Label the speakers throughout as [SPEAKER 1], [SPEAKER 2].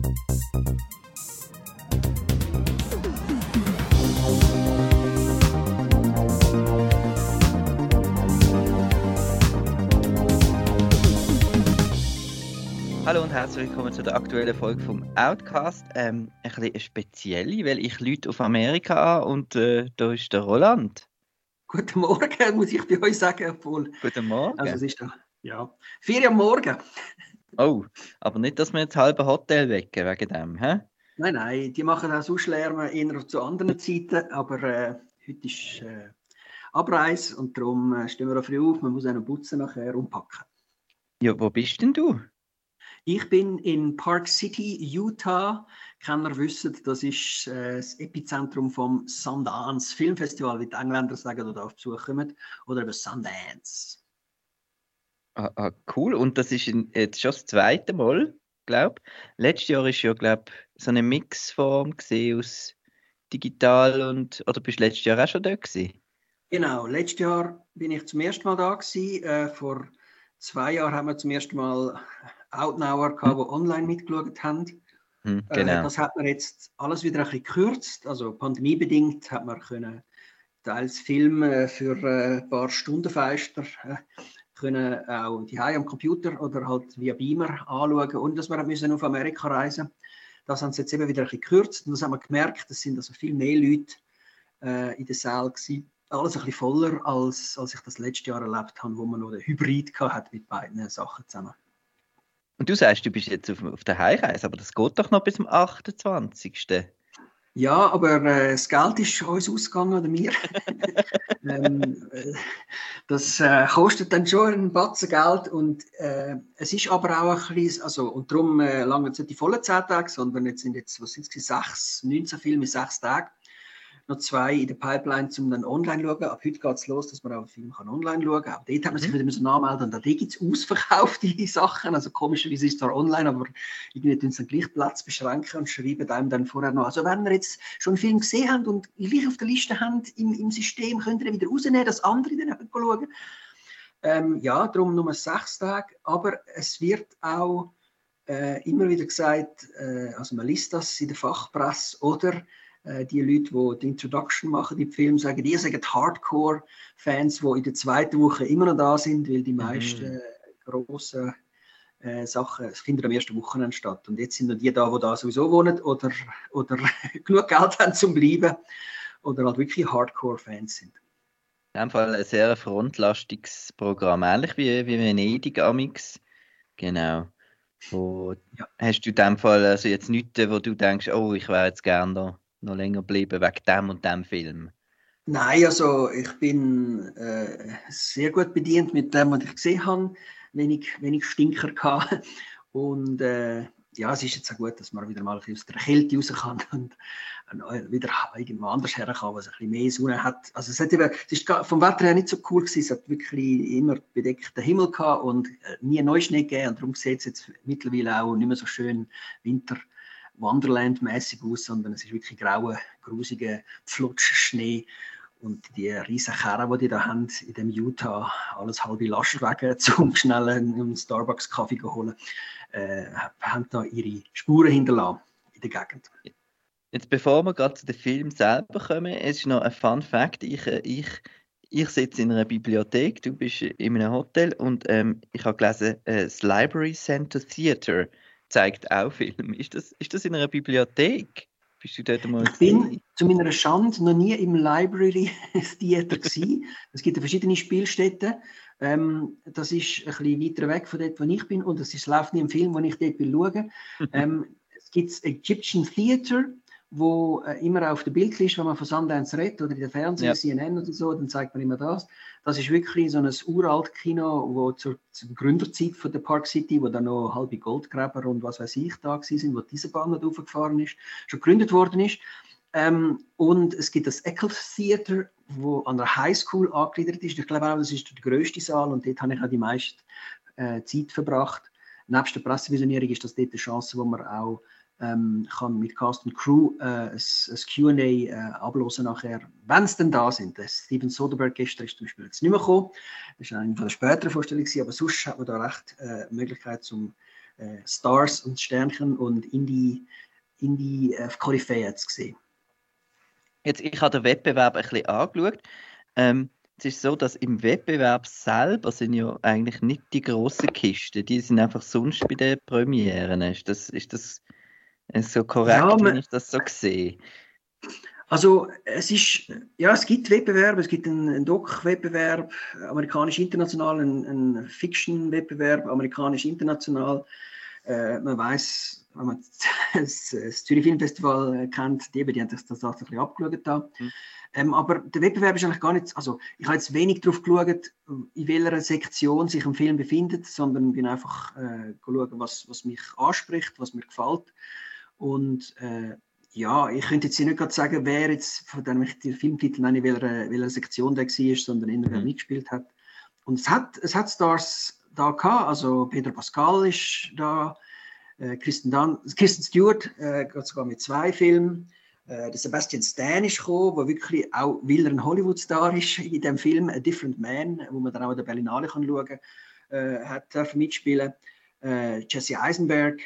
[SPEAKER 1] Hallo und herzlich willkommen zu der aktuellen Folge vom Outcast. Ein bisschen eine spezielle, weil ich Leute auf Amerika an und da ist der Roland.
[SPEAKER 2] Guten Morgen, muss ich bei euch sagen. Obwohl,
[SPEAKER 1] Guten Morgen.
[SPEAKER 2] also es ist da, ja, 4 Uhr am Morgen.
[SPEAKER 1] Oh, aber nicht, dass wir jetzt halbe Hotel wecken wegen dem, hä?
[SPEAKER 2] Nein, die machen auch sonst Lärm eher zu anderen Zeiten, aber heute ist Abreise und darum stehen wir auch früh auf. Man muss auch noch putzen nachher und packen.
[SPEAKER 1] Ja, wo bist denn du?
[SPEAKER 2] Ich bin in Park City, Utah. Kenner wissen, das ist das Epizentrum vom Sundance Filmfestival, wie die Engländer sagen, die da auf Besuch kommen, oder eben Sundance.
[SPEAKER 1] Cool. Und das ist jetzt schon das zweite Mal, glaube ich. Letztes Jahr war ja, glaube ich, so eine Mixform aus digital und... Oder bist du letztes Jahr auch schon da gewesen?
[SPEAKER 2] Genau, letztes Jahr bin ich zum ersten Mal da gewesen. Vor 2 Jahren haben wir zum ersten Mal Outnower gehabt, die online mitgeschaut haben.
[SPEAKER 1] Genau.
[SPEAKER 2] Das hat man jetzt alles wieder ein bisschen gekürzt. Also pandemiebedingt hat man können teils Filme für ein paar Stunden feister können auch die am Computer oder halt via Beamer anschauen, und dass wir müssen auf Amerika reisen. Das haben sie jetzt eben wieder ein bisschen gekürzt, und das haben wir gemerkt, es sind also viel mehr Leute in der Saal gewesen. Alles ein bisschen voller, als ich das letztes Jahr erlebt habe, wo man noch den Hybrid hat mit beiden Sachen zusammen.
[SPEAKER 1] Und du sagst, du bist jetzt auf der Heimreise, aber das geht doch noch bis zum 28.
[SPEAKER 2] Ja, aber das Geld ist uns ausgegangen, oder mir. Das kostet dann schon einen Batzen Geld, und es ist aber auch ein bisschen, also, und darum lange jetzt nicht die vollen 10 Tage, sondern jetzt sind was sind es, 19 Filme in 6 Tagen. Noch 2 in der Pipeline, um dann online zu schauen. Ab heute geht es los, dass man auch einen Film online schauen kann. Auch dort hat man sich wieder anmelden, und auch dort gibt es ausverkaufte Sachen. Also komischerweise ist es zwar online, aber irgendwie tun sie dann gleich Platz beschränken und schreiben einem dann vorher noch. Also wenn ihr jetzt schon einen Film gesehen habt und gleich auf der Liste habt im System, könnt ihr ihn wieder rausnehmen, das andere dann eben schauen. Ja, darum nur 6 Tage. Aber es wird auch immer wieder gesagt, also man liest das in der Fachpresse, oder die Leute, die die Introduction machen, die Film, sagen, ihr seid Hardcore-Fans, die in der zweiten Woche immer noch da sind, weil die meisten grossen Sachen finden am ersten Wochenende statt. Und jetzt sind noch die da, die da sowieso wohnen oder genug Geld haben zum Bleiben oder halt wirklich Hardcore-Fans sind.
[SPEAKER 1] In dem Fall ein sehr frontlastiges Programm, ähnlich wie Venedig amix. Genau. Hast du in dem Fall also jetzt nichts, wo du denkst, oh, ich wäre jetzt gerne noch länger bleiben wegen dem und dem Film?
[SPEAKER 2] Nein, also ich bin sehr gut bedient mit dem, was ich gesehen habe. Wenig Stinker gehabt. Und ja, es ist jetzt auch gut, dass man wieder mal ein bisschen aus der Kälte raus kann und wieder irgendwo anders her kann, was ein bisschen mehr Sonne hat. Also es ist vom Wetter her nicht so cool gewesen. Es hat wirklich immer bedeckten Himmel gehabt und nie Neuschnee gegeben. Und darum sieht es jetzt mittlerweile auch nicht mehr so schön Winter-Wonderland-mäßig aus, sondern es ist wirklich grauer, grusiger Flutschschnee. Und die riesen Karren, die da haben in dem Utah, alles halbe Lastwagen, zum schnell einen Starbucks-Kaffee zu holen, haben da ihre Spuren hinterlassen in der Gegend.
[SPEAKER 1] Jetzt, bevor wir gerade zu dem Film selber kommen, es ist noch ein Fun Fact. Ich sitze in einer Bibliothek, du bist in einem Hotel, und ich habe gelesen, das Library Center Theater zeigt auch Filme. Ist das in einer Bibliothek? Bist du dort mal
[SPEAKER 2] ich bin zu meiner Schande noch nie im Library Theater gewesen. Es gibt verschiedene Spielstätten. Das ist ein bisschen weiter weg von dort, wo ich bin, und es läuft nie im Film, wo ich dort schaue. Es gibt das Egyptian Theater, wo immer auf der Bildliste, wenn man von Sundance redet oder in der Fernsehen, CNN oder so, dann zeigt man immer das. Das ist wirklich so ein uralt Kino, wo zur Gründerzeit von der Park City, wo dann noch halbe Goldgräber und was weiß ich da sind, wo diese Bahn nicht aufgefahren ist, schon gegründet worden ist. Und es gibt das Eccles Theater, wo an der Highschool angegliedert ist. Ich glaube auch, das ist der grösste Saal, und dort habe ich auch die meiste Zeit verbracht. Nebst der Pressevisionierung ist das dort eine Chance, wo man auch kann mit Cast und Crew ein Q&A ablosen nachher, wenn es denn da sind. Steven Soderbergh gestern ist zum Beispiel jetzt nicht mehr gekommen. Das war eine von der späteren Vorstellungen, aber sonst hat man da recht Möglichkeit, zum Stars und Sternchen und Indie-Koryphäen zu sehen.
[SPEAKER 1] Jetzt, ich habe den Wettbewerb ein bisschen angeschaut. Es ist so, dass im Wettbewerb selber sind ja eigentlich nicht die grossen Kisten, die sind einfach sonst bei den Premieren. Ist das so korrekt, wie ich das so sehe?
[SPEAKER 2] Also es gibt Wettbewerbe, es gibt einen Doc-Wettbewerb, amerikanisch-international, einen Fiction-Wettbewerb, amerikanisch-international. Man weiß, wenn man das Zürich Filmfestival kennt, die haben das tatsächlich abgeschaut da. Aber der Wettbewerb ist eigentlich gar nicht, also ich habe jetzt wenig darauf geschaut, in welcher Sektion sich ein Film befindet, sondern bin einfach geschaut, was mich anspricht, was mir gefällt. Und ja, ich könnte jetzt nicht gerade sagen, wer jetzt von dem die Filmtitel in welcher Sektion der war, sondern eher wer mitgespielt hat. Und es hat Stars da gehabt, also Pedro Pascal ist da, Kristen Stewart, sogar mit 2 Filmen. Der Sebastian Stan ist gekommen, der wirklich auch, weil er ein Hollywood-Star ist, in dem Film A Different Man, wo man dann auch in der Berlinale schauen kann, hat mitspielen. Jesse Eisenberg,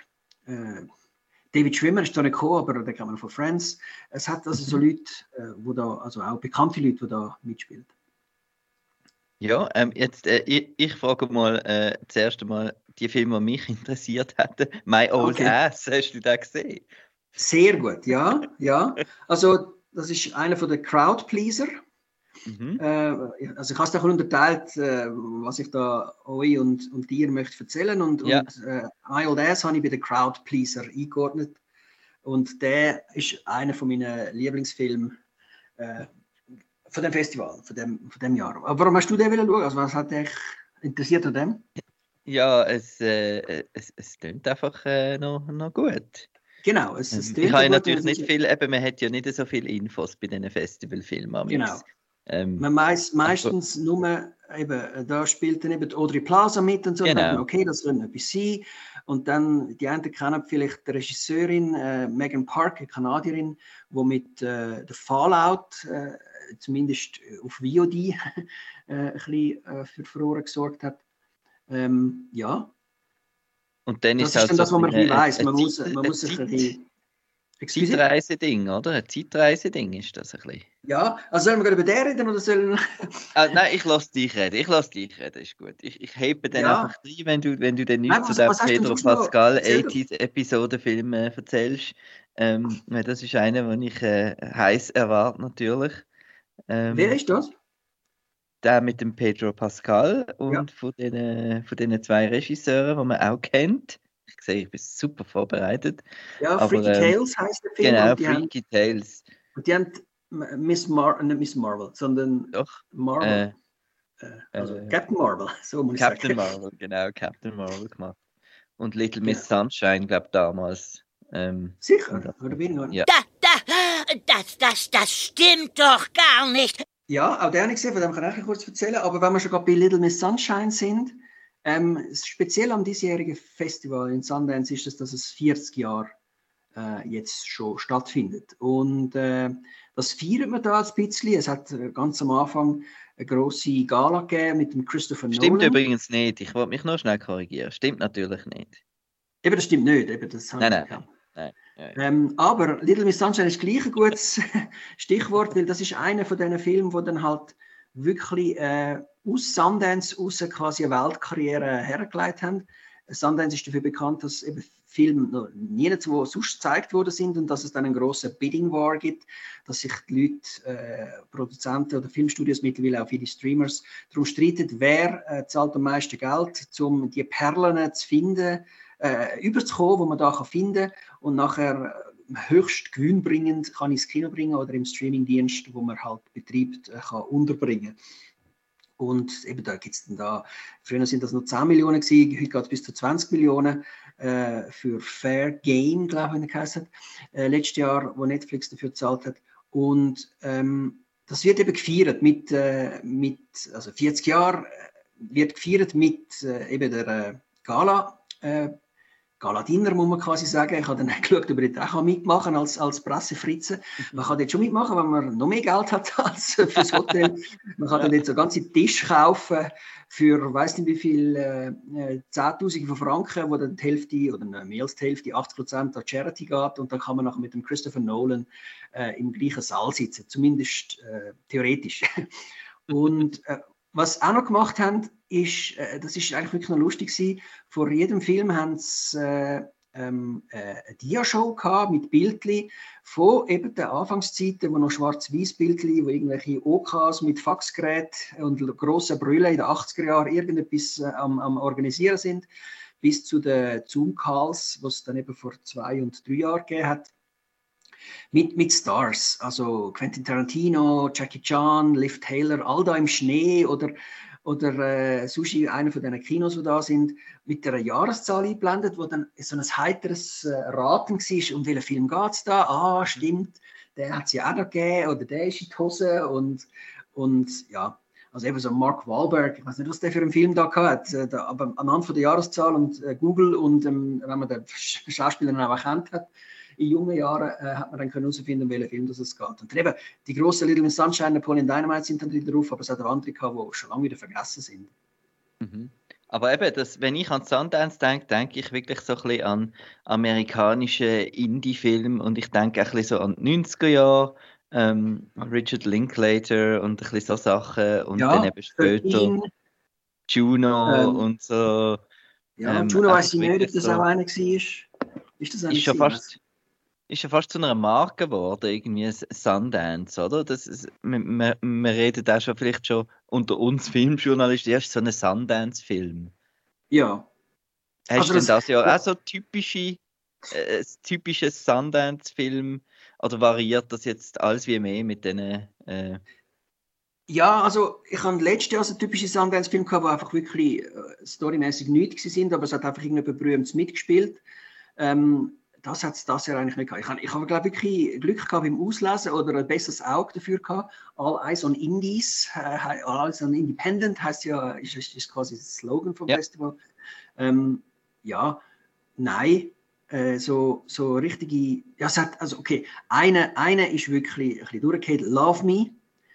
[SPEAKER 2] David Schwimmer ist da nicht gekommen, aber der kann man von Friends. Es hat also so Leute, wo da, also auch bekannte Leute, die da mitspielen.
[SPEAKER 1] Ja, jetzt ich frage mal zuerst einmal die Filme, die mich interessiert hätten. My Old Ass, hast du den gesehen?
[SPEAKER 2] Sehr gut, ja. Also das ist einer von den Crowdpleaser. Also ich habe es da unterteilt, was ich da euch und dir möchte erzählen. Und My Old Ass habe ich bei den Crowdpleaser eingeordnet. Und der ist einer von meinen Lieblingsfilmen von dem Festival, von dem Jahr. Aber warum hast du den schauen? Also was hat dich interessiert an dem?
[SPEAKER 1] Ja, es klingt einfach noch gut.
[SPEAKER 2] Genau, es
[SPEAKER 1] ich habe natürlich nicht viel, man hat ja nicht so viele Infos bei diesen Festivalfilmen.
[SPEAKER 2] Genau. Man weiß meistens nur, eben, da spielt dann eben Audrey Plaza mit und so. Genau. Und denkt man, okay, das könnte etwas sein. Und dann, die einen kennen vielleicht die Regisseurin Megan Park, eine Kanadierin, die mit der Fallout, zumindest auf VOD, ein bisschen für Furore gesorgt hat. Ja.
[SPEAKER 1] Und dann
[SPEAKER 2] das ist dann das, was man ein weiss. Man muss sich ein bisschen...
[SPEAKER 1] Zeitreise-Ding, oder? Ein Zeitreise-Ding ist das ein bisschen.
[SPEAKER 2] Ja, also sollen wir gerade über den reden oder sollen...
[SPEAKER 1] Nein, ich lasse dich reden, ist gut. Ich hebe dann einfach rein, wenn du dann nichts zu dem Pedro Pascal 80s-Episoden-Film erzählst. Das ist einer, den ich heiß erwarte, natürlich.
[SPEAKER 2] Wer ist das?
[SPEAKER 1] Der mit dem Pedro Pascal und von den 2 Regisseuren, die man auch kennt. Ich sehe, ich bin super vorbereitet.
[SPEAKER 2] Ja, Freaky Tales heisst der Film.
[SPEAKER 1] Genau, Freaky Tales.
[SPEAKER 2] Und die haben nicht Miss Marvel, sondern Marvel. Also Captain Marvel, so muss ich sagen.
[SPEAKER 1] Captain Marvel, genau, Captain Marvel gemacht. Und Little Miss Sunshine, glaube ich, damals.
[SPEAKER 2] Sicher, oder weniger?
[SPEAKER 3] Ja. Das stimmt doch gar nicht.
[SPEAKER 2] Ja, auch den habe ich gesehen, von dem kann ich kurz erzählen. Aber wenn wir schon gerade bei Little Miss Sunshine sind, speziell am diesjährigen Festival in Sundance ist es, dass es 40 Jahre jetzt schon stattfindet. Und das feiert man da ein bisschen. Es hat ganz am Anfang eine grosse Gala gegeben mit dem Christopher Nolan.
[SPEAKER 1] Stimmt übrigens nicht. Ich wollte mich noch schnell korrigieren. Stimmt natürlich nicht.
[SPEAKER 2] Eben, das stimmt nicht. Eben, das
[SPEAKER 1] nein.
[SPEAKER 2] Aber Little Miss Sunshine ist gleich ein gutes Stichwort, weil das ist einer von diesen Filmen, wo dann halt wirklich aus Sundance raus quasi eine Weltkarriere hergelegt haben. Sundance ist dafür bekannt, dass eben Filme noch nirgendwo sonst gezeigt worden sind und dass es dann einen grossen Bidding War gibt, dass sich die Leute, Produzenten oder Filmstudios, mittlerweile auch viele Streamers, darum streiten, wer zahlt am meisten Geld, um die Perlen zu finden, überzukommen, die man da finden kann und nachher höchst gewinnbringend kann ins Kino bringen oder im Streamingdienst, wo man halt betreibt, kann unterbringen. Und eben da gibt es dann da, früher sind das noch 10 Millionen gewesen, heute geht es bis zu 20 Millionen für Fair Game, glaube ich, wie er geheißen hat, letztes Jahr, wo Netflix dafür gezahlt hat. Und das wird eben gefeiert also 40 Jahre wird gefeiert mit eben der Gala Galadiner, muss man quasi sagen. Ich habe dann geschaut, ob ich dort auch mitmachen kann als Pressefritze. Man kann dort schon mitmachen, wenn man noch mehr Geld hat als fürs Hotel. Man kann dann dort so ganze Tisch kaufen für, weiss nicht wie viel, Zehntausende von Franken, wo dann die Hälfte oder mehr als die Hälfte, 80% an Charity geht. Und dann kann man nachher mit dem Christopher Nolan im gleichen Saal sitzen, zumindest theoretisch. Und was auch noch gemacht haben, ist, das ist eigentlich wirklich noch lustig gewesen, vor jedem Film haben sie eine Dia-Show gehabt mit Bildchen von eben den Anfangszeiten, wo noch schwarz-weiß Bildchen, wo irgendwelche OKs mit Faxgeräten und grossen Brüllen in den 80er Jahren irgendetwas am Organisieren sind, bis zu den Zoom-Calls, was es dann eben vor 2 und 3 Jahren gegeben hat. Mit Stars, also Quentin Tarantino, Jackie Chan, Liv Taylor, all da im Schnee oder Sushi, einer von diesen Kinos, die da sind, mit der Jahreszahl eingeblendet, wo dann so ein heiteres Raten war, um welchen Film geht es da? Ah, stimmt, der hat es ja auch noch gegeben oder der ist in die Hose und ja, also eben so Mark Wahlberg, ich weiß nicht, was der für einen Film da hat, aber anhand von der Jahreszahl und Google und wenn man den Schauspieler auch erkannt hat, in jungen Jahren hat man dann herausfinden, um welchen Film es geht. Und dann eben, die grossen Little Miss Sunshine, Napoleon Dynamite sind dann wieder drauf, aber es hat auch andere gehabt, die schon lange wieder vergessen sind.
[SPEAKER 1] Mhm. Aber eben, wenn ich an Sundance denke, denke ich wirklich so ein bisschen an amerikanische Indie-Filme und ich denke auch ein bisschen so an die 90er Jahre, Richard Linklater und ein bisschen so Sachen und
[SPEAKER 2] Ja,
[SPEAKER 1] dann eben später
[SPEAKER 2] 13,
[SPEAKER 1] Juno und so.
[SPEAKER 2] ja, Juno weiss ich nicht, ob das auch einer war. Ist das einer
[SPEAKER 1] ist ja fast zu einer Marke geworden, irgendwie Sundance, oder? Wir reden da schon vielleicht schon unter uns Filmjournalisten, erst so einen Sundance-Film.
[SPEAKER 2] Ja.
[SPEAKER 1] Hast du denn das ja auch so typische Sundance-Film oder variiert das jetzt alles wie mehr mit diesen...
[SPEAKER 2] Ja, also ich habe letztes Jahr so einen typischen Sundance-Film gehabt, wo einfach wirklich storymäßig nichts waren, aber es hat einfach irgendjemand Berühmtes mitgespielt. Das hat es das Jahr eigentlich nicht gehabt. Ich habe, glaube ich, wirklich Glück gehabt beim Auslesen oder ein besseres Auge dafür gehabt. All Eyes on Indies, All Eyes on Independent heisst ja, ist quasi das Slogan vom Festival. Ja, nein, so richtige, ja, es hat, also okay, eine ist wirklich ein bisschen durchgehend, Love Me,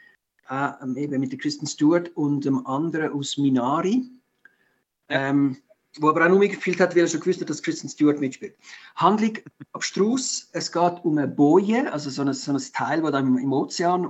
[SPEAKER 2] eben mit der Kristen Stewart und dem anderen aus Minari. Ja. Wo aber auch nur mitgespielt hat, weil er schon gewusst hat, dass Kristen Stewart mitspielt. Handlung abstrus. Es geht um eine Boje, also so ein Teil, das im Ozean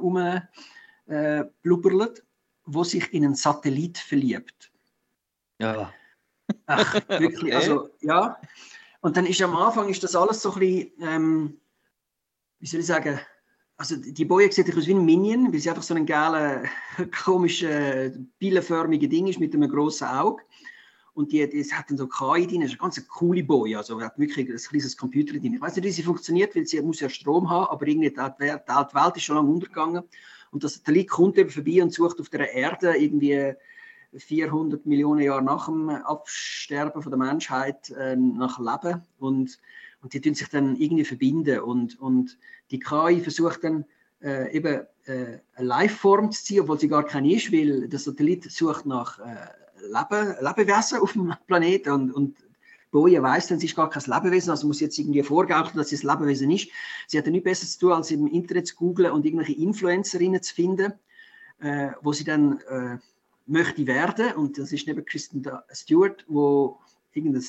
[SPEAKER 2] blubbert, wo sich in einen Satellit verliebt.
[SPEAKER 1] Ja.
[SPEAKER 2] Ach, wirklich, okay. Also, ja. Und dann ist am Anfang ist das alles so ein bisschen, wie soll ich sagen, also die Boje sieht aus wie ein Minion, weil sie einfach so ein geiler, komischer, bilenförmiger Ding ist mit einem grossen Auge. Und es hat dann so KI drin, das ist eine ganz coole Boje, also hat wirklich ein kleines Computer drin. Ich weiß nicht, wie sie funktioniert, weil sie muss ja Strom haben, aber irgendwie die Welt ist schon lange untergegangen. Und das Satellit kommt eben vorbei und sucht auf der Erde irgendwie 400 Millionen Jahre nach dem Absterben von der Menschheit nach Leben. Und die tun sich dann irgendwie verbinden. Und die KI versucht dann eben eine Lifeform zu ziehen, obwohl sie gar keine ist, weil der Satellit sucht nach Lebewesen auf dem Planeten und Boje weiss dann, sie ist gar kein Lebewesen, also muss jetzt irgendwie vorgaukeln, dass sie ein Lebewesen ist. Sie hat ja nichts Besseres zu tun, als im Internet zu googlen und irgendwelche Influencerinnen zu finden, wo sie dann möchte werden. Und das ist neben Kristen Stewart, wo irgendein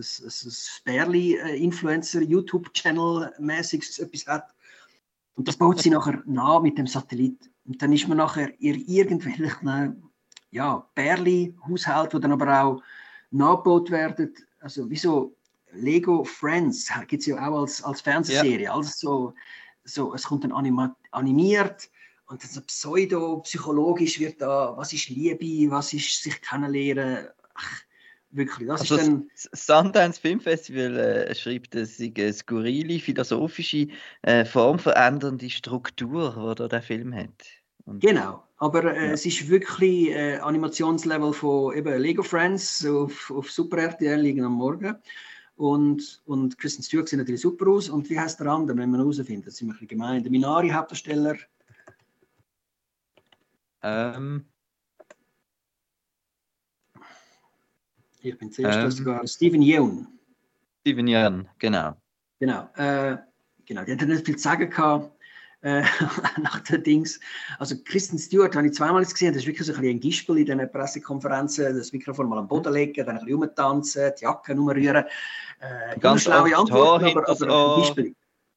[SPEAKER 2] Sperli-Influencer, YouTube-Channel-mäßiges etwas hat. Und das baut sie nachher nach mit dem Satellit. Und dann ist man nachher in irgendwelchen Bärli-Haushalt, die dann aber auch nachgebaut werden. Also wie so Lego Friends gibt es ja auch als Fernsehserie. Ja. Also es kommt dann animiert und dann so pseudo-psychologisch wird da, was ist Liebe, was ist sich kennenlernen. Ach, wirklich, das
[SPEAKER 1] also
[SPEAKER 2] ist dann...
[SPEAKER 1] Das Sundance Film Festival schreibt, es sei eine skurrile, philosophische, formverändernde Struktur, die der Film hat.
[SPEAKER 2] Und genau, aber es ist wirklich Animationslevel von eben Lego Friends auf Super RTL liegen am Morgen. Und Kristen Stewart sieht natürlich super aus. Und wie heißt der andere, wenn man herausfinden? Das ist ein bisschen gemein. Der Minari Hauptdarsteller. Ich bin zuerst sogar Steven Yeun.
[SPEAKER 1] Steven Yeun, genau.
[SPEAKER 2] Genau, genau. Die hat ja nicht viel zu sagen gehabt, nach den Dings. Also Kristen Stewart habe ich zweimal jetzt gesehen, das ist wirklich so ein bisschen ein Gispel in diesen Pressekonferenzen, das Mikrofon mal am Boden legen, dann ein bisschen rumtanzen, die Jacke rumrühren.
[SPEAKER 1] Ganz
[SPEAKER 2] schlaue
[SPEAKER 1] oft Haar
[SPEAKER 2] Antworten,
[SPEAKER 1] hinters
[SPEAKER 2] aber ein
[SPEAKER 1] Ohr.
[SPEAKER 2] Gispel.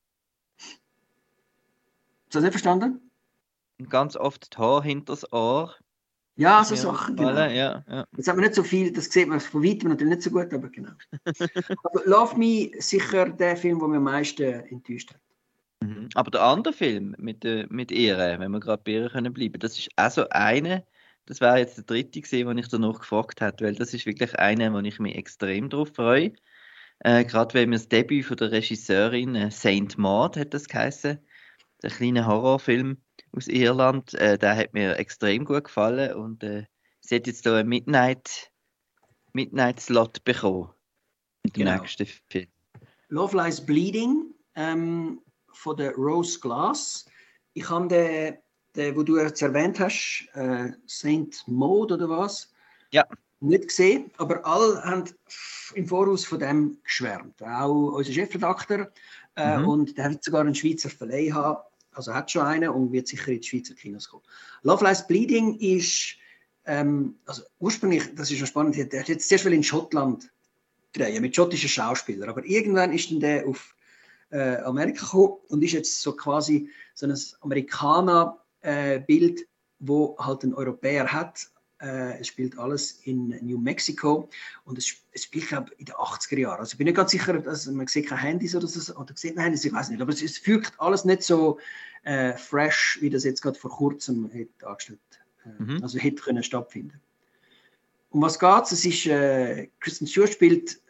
[SPEAKER 2] Hast du das nicht verstanden?
[SPEAKER 1] Ganz oft die Haar hinters Ohr.
[SPEAKER 2] Ja,
[SPEAKER 1] Ist
[SPEAKER 2] so
[SPEAKER 1] mir
[SPEAKER 2] Sachen, genau.
[SPEAKER 1] aufgefallen, ja.
[SPEAKER 2] Jetzt hat man nicht so viel, das sieht man von weitem natürlich nicht so gut, aber genau. Aber Love Me sicher der Film, der mich am meisten enttäuscht hat.
[SPEAKER 1] Mhm. Aber der andere Film mit ihr, wenn wir gerade bei ihr können bleiben, das ist auch so eine, das wäre jetzt der dritte gewesen, den ich danach gefragt hätte, weil das ist wirklich eine, wo ich mich extrem drauf freue. Gerade weil mir das Debüt von der Regisseurin Saint Maud hat das geheißen, der kleine Horrorfilm aus Irland, der hat mir extrem gut gefallen und sie hat jetzt da einen Midnight Slot bekommen mit dem
[SPEAKER 2] Genau.
[SPEAKER 1] nächsten Film.
[SPEAKER 2] Love Lies Bleeding von der Rose Glass. Ich habe den, wo du jetzt erwähnt hast, Saint Maud oder was?
[SPEAKER 1] Ja.
[SPEAKER 2] Nicht gesehen, aber alle haben im Voraus von dem geschwärmt. Auch unser Chefredakteur. Und der wird sogar einen Schweizer Verleih haben. Also hat schon einen und wird sicher in die Schweizer Kinos kommen. Love Lies Bleeding ist, also ursprünglich, das ist noch spannend, der hat jetzt zuerst in Schottland drehen, mit schottischen Schauspielern. Aber irgendwann ist dann der auf Amerika gekommen und ist jetzt so quasi so ein Amerikaner-Bild, wo halt ein Europäer hat. Es spielt alles in New Mexico und es spielt, glaube ich, in den 80er Jahren. Also ich bin nicht ganz sicher, also man sieht keine Handys oder sieht man Handys, ich weiß nicht, aber es fügt alles nicht so fresh, wie das jetzt gerade vor kurzem hätte angestellt, also hätte können stattfinden. Um was geht's? Es ist, Kristen Stewart spielt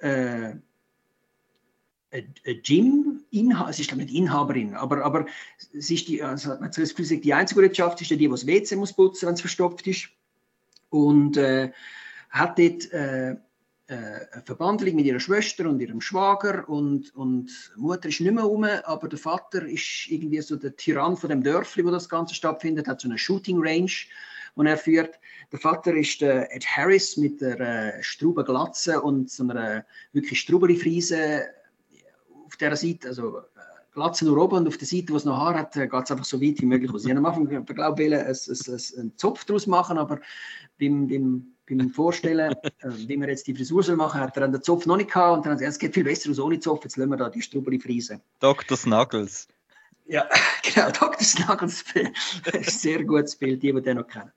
[SPEAKER 2] Gym, es ist nicht Inhaberin, aber es ist die, also man hat das Gefühl, die einzige, die es schafft, ist die das WC muss putzen, wenn es verstopft ist. Und hat dort eine Verbandlung mit ihrer Schwester und ihrem Schwager und die Mutter ist nicht mehr rum, aber der Vater ist irgendwie so der Tyrann von dem Dörfli, wo das Ganze stattfindet, hat so eine Shooting Range, die er führt. Der Vater ist der Ed Harris mit der Straubenglatze und so einer wirklich Straubeli-Friese auf dieser Seite, also Glatze nur oben und auf der Seite, wo es noch Haar hat, geht es einfach so weit wie möglich aus. Ich habe am Anfang, glaube ich, einen Zopf daraus machen, aber beim Vorstellen, wie man jetzt die Frisur soll machen, hat er dann den Zopf noch nicht gehabt und dann hat er gesagt, es geht viel besser aus ohne Zopf, jetzt lassen wir da die Strubeli-Friese.
[SPEAKER 1] Dr. Snuggles.
[SPEAKER 2] Ja, genau, Dr. Snuggles, ein sehr gutes Bild, die den noch kennen.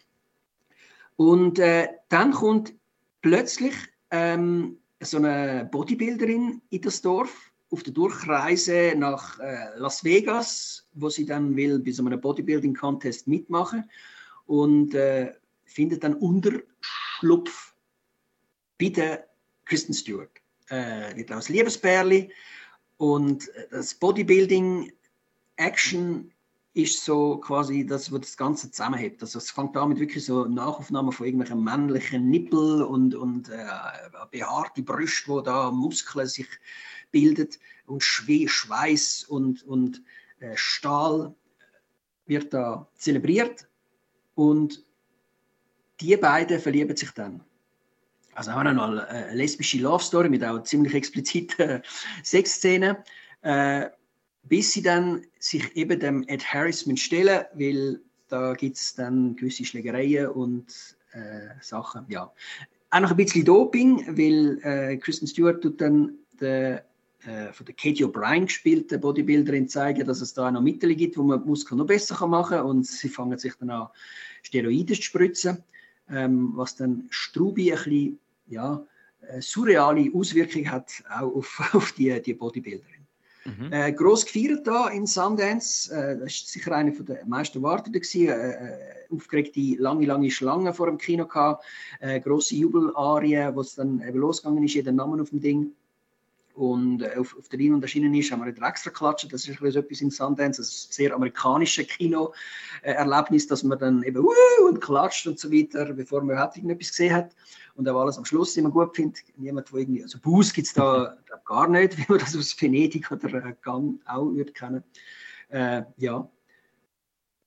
[SPEAKER 2] Und dann kommt plötzlich so eine Bodybuilderin in das Dorf, auf der Durchreise nach Las Vegas, wo sie dann will bei so einem Bodybuilding-Contest mitmachen und findet dann Unterschlupf bei der Kristen Stewart. Wird aus Liebespärli und das Bodybuilding-Action ist so quasi das, was das Ganze zusammenhält. Also es fängt an mit wirklich so Nachaufnahmen von irgendwelchen männlichen Nippel und behaarte Brüste, wo da Muskeln sich bildet und Schweiß und Stahl wird da zelebriert und die beiden verlieben sich dann. Also auch noch eine lesbische Love Story mit auch ziemlich expliziten Sexszenen, bis sie dann sich eben dem Ed Harris stellen, weil da gibt es dann gewisse Schlägereien und Sachen. Ja. Auch noch ein bisschen Doping, weil Kristen Stewart tut dann von der Katie O'Brien gespielte Bodybuilderin zeigen, dass es da noch Mittel gibt, wo man die Muskeln noch besser machen kann und sie fangen sich dann an Steroide zu spritzen, was dann Strubi ein bisschen surreale Auswirkungen hat auch auf die Bodybuilderin. Gross gefeiert da in Sundance, das war sicher eine der meisten Erwartungen, aufgeregte lange Schlange vor dem Kino gehabt, grosse Jubelarien, wo es dann eben losgegangen ist, jeder Name auf dem Ding. Und auf der Leinwand erschienen ist, haben wir nicht extra geklatscht. Das ist etwas in Sundance, das ist ein sehr amerikanisches Kino-Erlebnis, dass man dann eben und klatscht und so weiter, bevor man überhaupt irgendetwas gesehen hat. Und auch alles am Schluss immer gut findet. Niemand, der irgendwie, also Buß gibt es da gar nicht, wie man das aus Venedig oder Cannes auch würde kennen. Ja.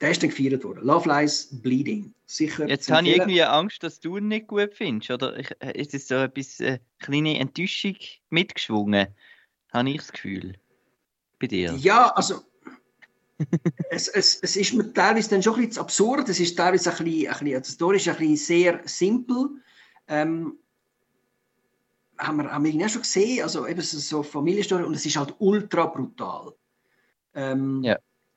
[SPEAKER 2] der ist dann gefeiert worden. Love Lies Bleeding. Sicher
[SPEAKER 1] Jetzt
[SPEAKER 2] zu
[SPEAKER 1] habe ich
[SPEAKER 2] empfehlen.
[SPEAKER 1] irgendwie Angst, dass du ihn nicht gut findest. Oder ist es so etwas, kleine Enttäuschung mitgeschwungen? Habe ich das Gefühl. Bei dir.
[SPEAKER 2] Ja, also es ist mir teilweise dann schon ein bisschen absurd. Es ist teilweise die Story ist ein bisschen sehr simpel. Haben wir irgendwie auch schon gesehen. Also eben so Familienstory und es ist halt ultra brutal.
[SPEAKER 1] Ja.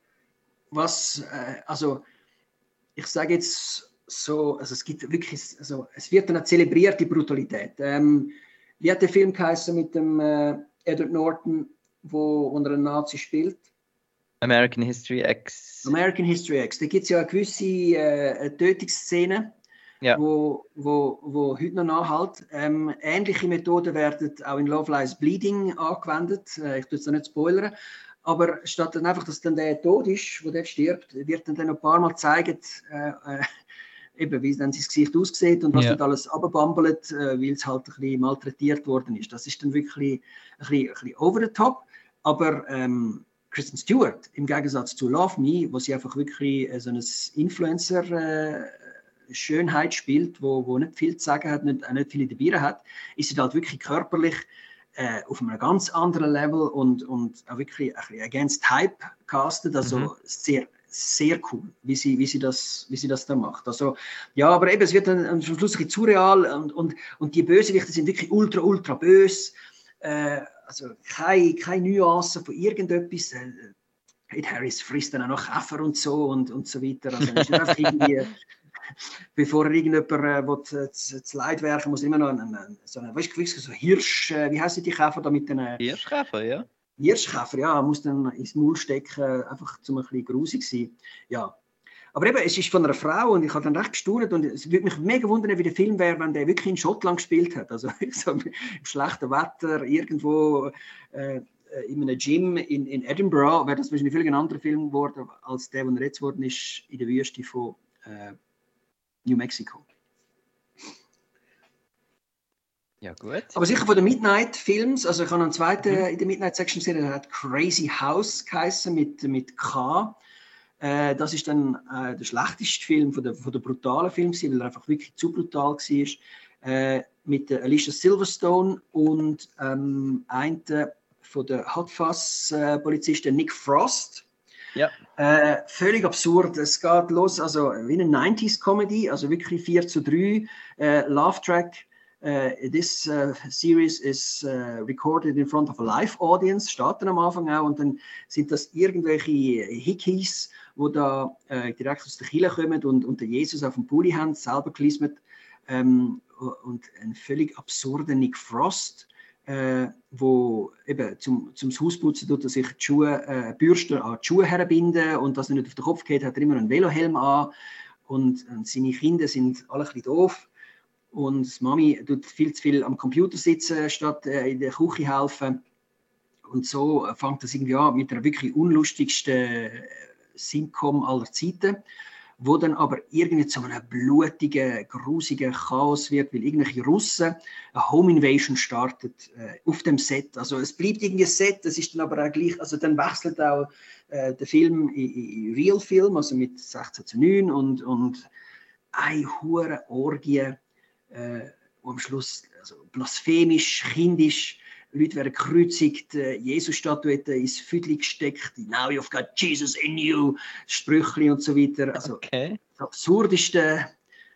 [SPEAKER 2] Also ich sage jetzt so, also es gibt wirklich, also es wird dann zelebriert, die Brutalität. Wie hat der Film geheißen mit dem Edward Norton, wo er einen Nazi spielt?
[SPEAKER 1] American History X.
[SPEAKER 2] American History X. Da gibt es ja eine gewisse Tötungsszene,
[SPEAKER 1] Ja.
[SPEAKER 2] wo heute noch nachhält. Ähnliche Methoden werden auch in Love Lies Bleeding angewendet. Ich tue es da nicht spoilern. Aber statt dann einfach, dass dann der tot ist, wo der stirbt, wird dann ein paar Mal gezeigt, eben, wie dann sein Gesicht aussieht und was dort alles abbambelt, weil es halt ein bisschen malträtiert worden ist. Das ist dann wirklich ein bisschen over the top. Aber Kristen Stewart, im Gegensatz zu Love Me, wo sie einfach wirklich so eine Influencer-Schönheit spielt, wo nicht viel zu sagen hat, nicht viele dabei hat, ist sie halt wirklich körperlich auf einem ganz anderen Level und auch wirklich ein bisschen against Hype castet, also sehr, sehr cool, wie sie das da macht. Also, ja, aber eben, es wird dann am Schluss ein bisschen zu real und die Bösewichte sind wirklich ultra, ultra böse. Also keine Nuancen von irgendetwas. Ed Harris frisst dann auch noch Käfer und so weiter. Also ist nicht einfach irgendwie, bevor irgendjemand das Leid werfen muss, immer noch so Hirsch, wie heißen die Käfer da mit den
[SPEAKER 1] Hirschkäfer, ja.
[SPEAKER 2] Hirschkäfer, ja, muss dann ins Maul stecken, einfach zum ein bisschen grusig sein. Ja. Aber eben, es ist von einer Frau und ich habe dann recht gestaunt und es würde mich mega wundern, wie der Film wäre, wenn der wirklich in Schottland gespielt hat. Also so im schlechten Wetter, irgendwo in einem Gym in Edinburgh, wäre das wahrscheinlich ein anderer Film geworden, als der jetzt geworden ist in der Wüste von New Mexico.
[SPEAKER 1] Ja, gut.
[SPEAKER 2] Aber sicher von den Midnight-Films, also ich habe einen zweiten in der Midnight-Section gesehen, der hat Crazy House geheißen mit K. Das ist dann der schlechteste Film von der brutalen Film, weil er einfach wirklich zu brutal war. Mit Alicia Silverstone und einen von der Hot Fuzz-Polizisten Nick Frost.
[SPEAKER 1] Ja.
[SPEAKER 2] Völlig absurd. Es geht los, also wie eine 90s-Comedy, also wirklich 4:3, Laugh Track. This series is recorded in front of a live audience, steht dann am Anfang auch, und dann sind das irgendwelche Hickeys, die da direkt aus der Kirche kommen und den Jesus auf dem Pulli haben, selber gelismet, und ein völlig absurder Nick Frost, wo eben zum Hausputzen tut er sich die Schuhe, Bürsten an die Schuhe herbinden, und dass er nicht auf den Kopf geht, hat er immer einen Velohelm an, und seine Kinder sind alle ein bisschen doof. Und die Mami tut viel zu viel am Computer sitzen, statt in der Küche helfen. Und so fängt das irgendwie an mit der wirklich unlustigsten Sitcom aller Zeiten, wo dann aber irgendwie zu einem blutigen, grusigen Chaos wird, weil irgendwelche Russen eine Home Invasion startet auf dem Set. Also es bleibt irgendwie ein Set, das ist dann aber auch gleich, also dann wechselt auch der Film in Real Film, also mit 16:9 und eine hure Orgie, wo am Schluss also blasphemisch, kindisch, Leute werden gekreuzigt, Jesus-Statuen ins Füdli gesteckt, now you've got Jesus in you, Sprüchli und so weiter. Also
[SPEAKER 1] Okay.
[SPEAKER 2] das Absurdeste,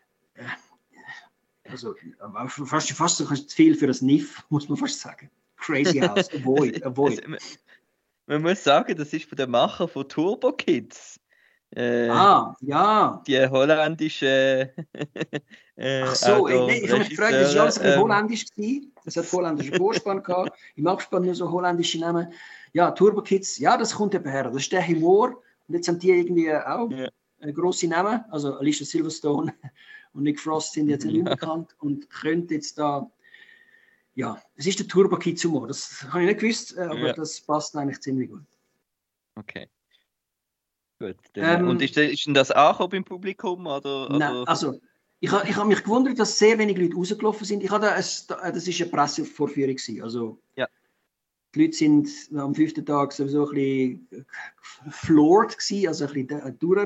[SPEAKER 2] also fast zu viel für ein NIF, muss man fast sagen. Crazy House, avoid.
[SPEAKER 1] Man muss sagen, das ist von den Macher von Turbo Kids.
[SPEAKER 2] Ja.
[SPEAKER 1] Die holländische.
[SPEAKER 2] Ach so, ich habe mich gefragt, das war alles ein bisschen holländisch gewesen. Es hat holländischen Vorspann gehabt. Im Abspann nur so holländische Namen. Ja, Turbo Kids, ja, das kommt eben her. Das ist der Humor. Und jetzt haben die irgendwie auch grosse Namen. Also Alicia Silverstone und Nick Frost sind jetzt nicht unbekannt und könnte jetzt da. Ja, es ist der Turbo Kids Humor. Das habe ich nicht gewusst, aber das passt eigentlich ziemlich gut.
[SPEAKER 1] Okay. Gut. Und ist denn das auch beim Publikum? Oder?
[SPEAKER 2] Nein, also ich habe mich gewundert, dass sehr wenig Leute rausgelaufen sind. Das war eine Pressevorführung. Also,
[SPEAKER 1] ja.
[SPEAKER 2] Die Leute sind am 5. Tag sowieso ein bisschen floored gewesen, also ein bisschen durch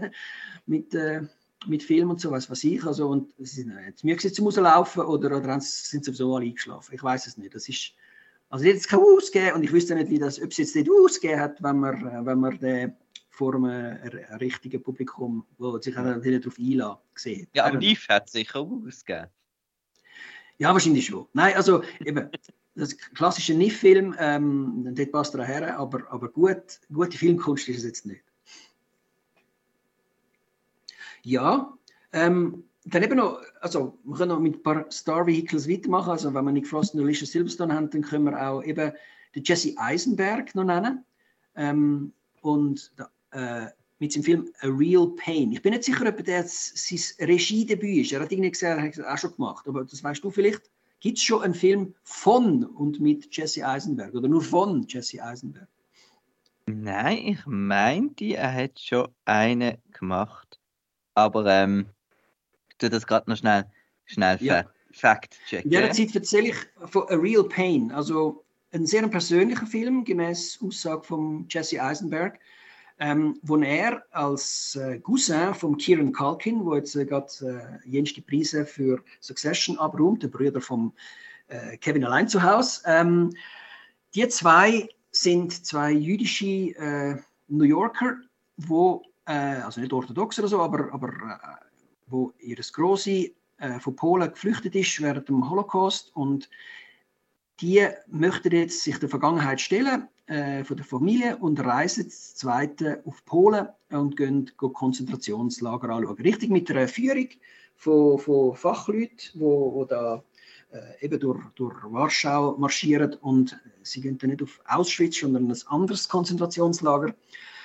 [SPEAKER 2] mit Film und so, was ich. Also, und sie sind jetzt müde zum Rauslaufen oder sind sowieso alle eingeschlafen. Ich weiß es nicht. Das ist, also jetzt kann ausgeben und ich wüsste nicht, ob es jetzt nicht ausgegeben hat, wenn man den vor einem richtigen Publikum, wo sich auch darauf einlässt, sieht.
[SPEAKER 1] Ja, am Live hat es sicher ausgegeben.
[SPEAKER 2] Ja, wahrscheinlich schon. Nein, also eben, das klassische NIF-Film, dort passt er her, aber gute Filmkunst ist es jetzt nicht. Ja, dann eben noch, also wir können noch mit ein paar Star Vehicles weitermachen, also wenn wir Nick Frost und Alicia Silverstone haben, dann können wir auch eben den Jesse Eisenberg noch nennen und mit seinem Film A Real Pain. Ich bin nicht sicher, ob das sein Regiedebüt ist. Er hat irgendwie gesagt, er hat es auch schon gemacht. Aber das weißt du vielleicht. Gibt es schon einen Film von und mit Jesse Eisenberg? Oder nur von Jesse Eisenberg?
[SPEAKER 1] Nein, ich meinte, er hat schon einen gemacht. Aber ich tue das gerade noch schnell
[SPEAKER 2] Ja.
[SPEAKER 1] fact-checken.
[SPEAKER 2] In dieser Zeit erzähle ich von A Real Pain. Also ein sehr persönlicher Film, gemäß Aussage von Jesse Eisenberg. Wo er als Cousin von Kieran Culkin, wo jetzt gerade jenste Preise für Succession abräumt, der Bruder von Kevin allein zu Hause. Die zwei sind zwei jüdische New Yorker, wo also nicht orthodox oder so, aber wo ihr Grossi von Polen geflüchtet ist während dem Holocaust und die möchten jetzt sich der Vergangenheit stellen von der Familie und reisen das zweite auf Polen und gehen Konzentrationslager anschauen. Richtig mit einer Führung von Fachleuten, die da eben durch Warschau marschieren und sie gehen dann nicht auf Auschwitz, sondern ein anderes Konzentrationslager.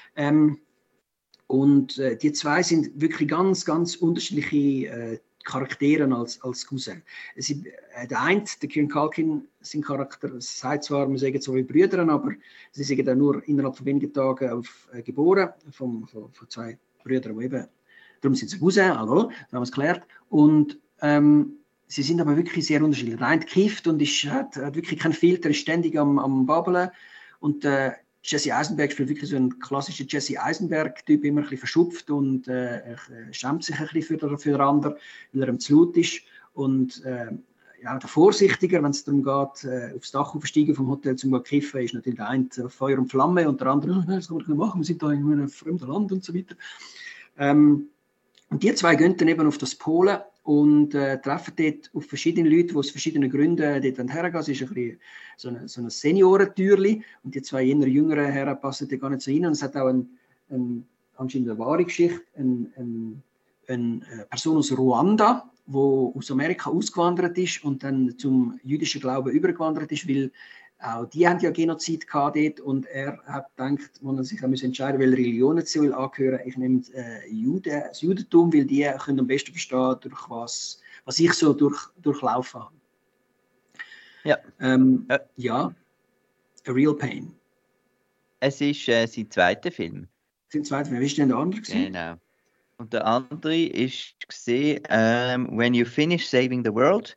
[SPEAKER 2] Und die zwei sind wirklich ganz, ganz unterschiedliche Charakteren als Cousin. Der eine, der Kieran Culkin, sein Charakter, sagt zwar, wir sagen so wie Brüder, aber sie sind dann nur innerhalb von wenigen Tagen geboren, von zwei Brüdern, die eben, darum sind sie Cousin, also, das haben wir es geklärt. Und sie sind aber wirklich sehr unterschiedlich. Der eine kifft und hat wirklich keinen Filter, ist ständig am Babbeln. Und Jesse Eisenberg spielt wirklich so einen klassischen Jesse Eisenberg-Typ, immer ein bisschen verschupft und schämt sich ein bisschen für den anderen, weil er ihm zu laut ist. Und der Vorsichtiger, wenn es darum geht, aufs Dach aufsteigen vom Hotel zum kiffen, ist natürlich der eine Feuer und Flamme und der andere, das kann man nicht machen, wir sind da in einem fremden Land und so weiter. Und die zwei gehen dann eben auf das Polen und treffen dort auf verschiedene Leute, die aus verschiedenen Gründen dort hergehen. Es ist ein bisschen so ein Seniorentürli und die zwei jüngeren Herren passen da gar nicht so rein. Und es hat auch anscheinend eine wahre Geschichte, eine Person aus Ruanda, die aus Amerika ausgewandert ist und dann zum jüdischen Glauben übergewandert ist, weil auch die haben ja Genozid gehabt dort und er hat gedacht, wo er sich entscheiden welche Religion er will angehören, ich nehme das Judentum, weil die können am besten verstehen, durch was ich so durchlaufen habe.
[SPEAKER 1] Ja.
[SPEAKER 2] Ja, A Real Pain.
[SPEAKER 1] Es ist sein zweiter Film.
[SPEAKER 2] Sein zweiter Film. Wie ist denn der andere gewesen?
[SPEAKER 1] Genau. Und der andere ist gesehen, When You Finish Saving the World,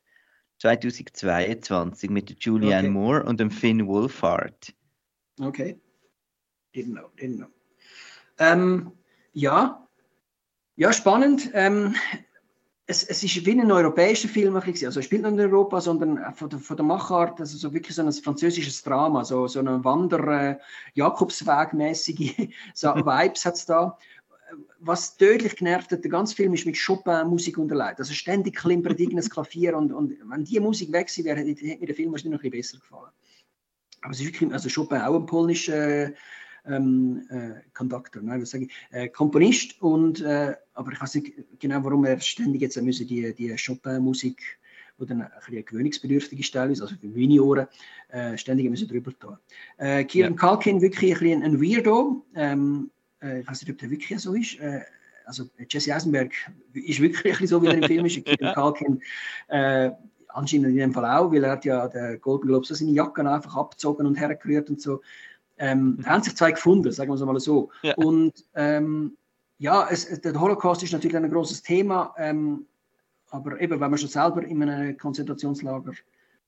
[SPEAKER 1] 2022 mit Julianne Moore und dem Finn Wolfhard.
[SPEAKER 2] Okay. Didn't know. Ja, spannend. Es ist wie ein europäischer Film. Also er spielt nicht in Europa, sondern von der Machart, also so wirklich so ein französisches Drama, so eine Jakobsweg-mäßige so Vibes hat es da. Was tödlich genervt hat, der ganze Film ist mit Chopin-Musik unterlegt. Also ständig klimpert irgendein Klavier und wenn die Musik weg wäre, hätte mir der Film wahrscheinlich noch ein bisschen besser gefallen. Aber es ist wirklich, also Chopin auch ein polnischer Conductor, nein, was sage ich, Komponist und aber ich weiß nicht genau, warum er ständig jetzt die Chopin-Musik, die dann ein bisschen gewöhnungsbedürftige Stelle ist, also für meine Ohren, ständig müssen drüber tun. Kieran Culkin wirklich ein Weirdo. Ich weiß nicht, ob der wirklich so ist. Also Jesse Eisenberg ist wirklich so, wie er im Film ist. Kieran Culkin anscheinend in dem Fall auch, weil er hat ja der Golden Globe so seine Jacken einfach abgezogen und hergerührt und so. Da haben sich zwei gefunden, sagen wir es mal so. Ja. Und der Holocaust ist natürlich ein großes Thema, aber eben, wenn man schon selber in einem Konzentrationslager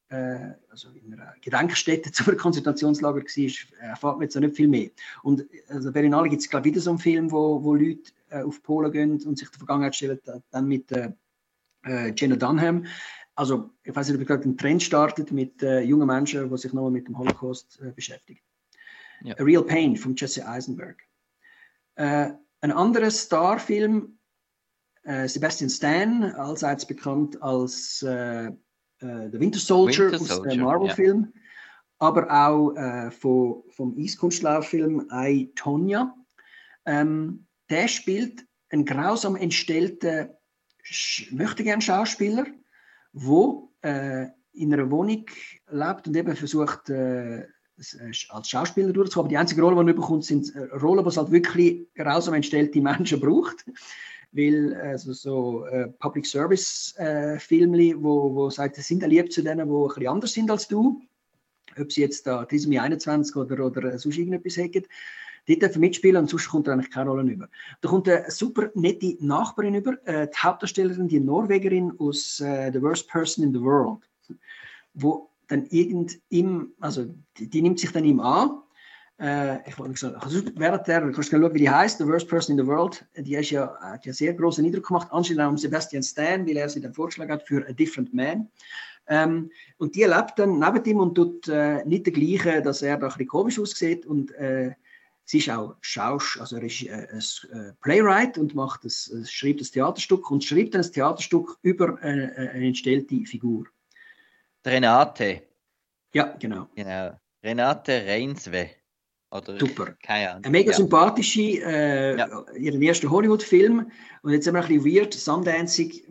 [SPEAKER 2] also in einer Gedenkstätte zu einem Konzentrationslager war, erfahrt man jetzt auch nicht viel mehr. Und also Berlinale gibt es, glaube ich, wieder so einen Film, wo Leute auf Polen gehen und sich der Vergangenheit stellen, dann mit Jenna Dunham. Also ich weiß nicht, ob ihr gerade einen Trend startet mit jungen Menschen, die sich nochmal mit dem Holocaust beschäftigen.
[SPEAKER 1] Ja.
[SPEAKER 2] A Real Pain von Jesse Eisenberg. Ein anderer Starfilm, Sebastian Stan, allseits bekannt als The Winter Soldier aus dem Marvel-Film, aber auch vom Eiskunstlauf-Film I, Tonya. Der spielt einen grausam entstellten Möchtegern-Schauspieler, der in einer Wohnung lebt und eben versucht, als Schauspieler durchzukommen. Aber die einzige Rolle, die er bekommt, sind Rollen, die es halt wirklich grausam entstellte Menschen braucht. Weil so Public Service Filmli, wo sagt, es sind lieb zu denen, die ein bisschen anders sind als du, ob sie jetzt da Trisomie 21 oder sonst irgendetwas hätten, die dürfen mitspielen und sonst kommt da eigentlich keine Rolle über. Da kommt eine super nette Nachbarin über, die Hauptdarstellerin, die Norwegerin aus The Worst Person in the World, wo dann also die nimmt sich dann ihm an. Ich wollte sagen, während der, kannst du schauen, wie die heißt, The Worst Person in the World, die hat ja sehr großen Eindruck gemacht, anscheinend auch Sebastian Stan, weil er sie dann vorgeschlagen hat für A Different Man. Und die lebt dann neben ihm und tut nicht der Gleiche, dass er da ein bisschen komisch aussieht und sie ist auch also er ist Playwright und schreibt ein Theaterstück und schreibt dann ein Theaterstück über eine entstellte Figur.
[SPEAKER 1] Renate.
[SPEAKER 2] Ja, genau.
[SPEAKER 1] Renate Reinsve. Oder
[SPEAKER 2] super.
[SPEAKER 1] Keine Ahnung.
[SPEAKER 2] Eine mega sympathische, ihren ersten Hollywood-Film. Und jetzt sind wir ein bisschen weird, Sundancing,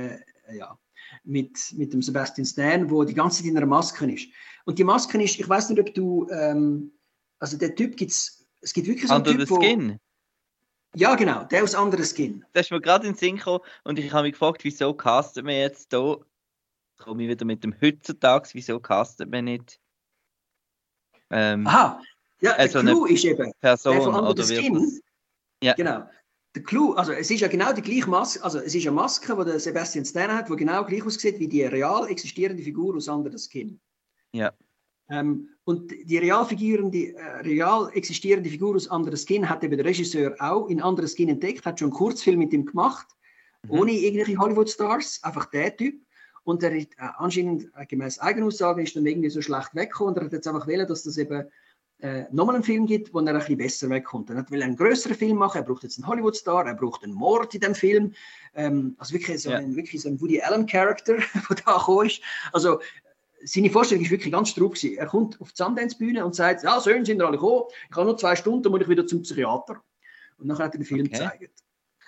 [SPEAKER 2] mit dem Sebastian Stan, wo die ganze Zeit in einer Maske ist. Und die Maske ist, ich weiß nicht, ob du, also der Typ es gibt wirklich so einen
[SPEAKER 1] Under
[SPEAKER 2] Typ,
[SPEAKER 1] the Skin?
[SPEAKER 2] Ja, genau, der aus Under the Skin.
[SPEAKER 1] Das ist mir gerade in den Sinn gekommen und ich habe mich gefragt, wieso castet man jetzt hier, komme ich wieder mit dem heutzutage, wieso castet man nicht
[SPEAKER 2] Aha, ja,
[SPEAKER 1] also
[SPEAKER 2] der Clou ist eben
[SPEAKER 1] Person,
[SPEAKER 2] der von Under the
[SPEAKER 1] oder
[SPEAKER 2] Skin.
[SPEAKER 1] Ja.
[SPEAKER 2] Genau. Der Clou, also es ist ja genau die gleiche Maske, also es ist eine Maske, die der Sebastian Stan hat, die genau gleich aussieht wie die real existierende Figur aus Under the Skin.
[SPEAKER 1] Ja.
[SPEAKER 2] Und die real existierende Figur aus Under the Skin hat eben der Regisseur auch in Under the Skin entdeckt, hat schon einen Kurzfilm mit ihm gemacht, ohne irgendwelche Hollywood-Stars, einfach der Typ. Und er ist anscheinend, gemäß Eigenaussage, ist dann irgendwie so schlecht weggekommen und er hat jetzt einfach wollen, dass das eben nochmal einen Film gibt, wo er ein bisschen besser wegkommt. Er will einen grösseren Film machen, er braucht jetzt einen Hollywood-Star, er braucht einen Mord in dem Film. Also wirklich so ein Woody Allen-Charakter, der da gekommen ist. Also seine Vorstellung war wirklich ganz strub gewesen. Er kommt auf die Sundance-Bühne und sagt, ja, schön, sind alle gekommen, ich habe noch 2 Stunden, dann muss ich wieder zum Psychiater. Und dann hat er den Film gezeigt.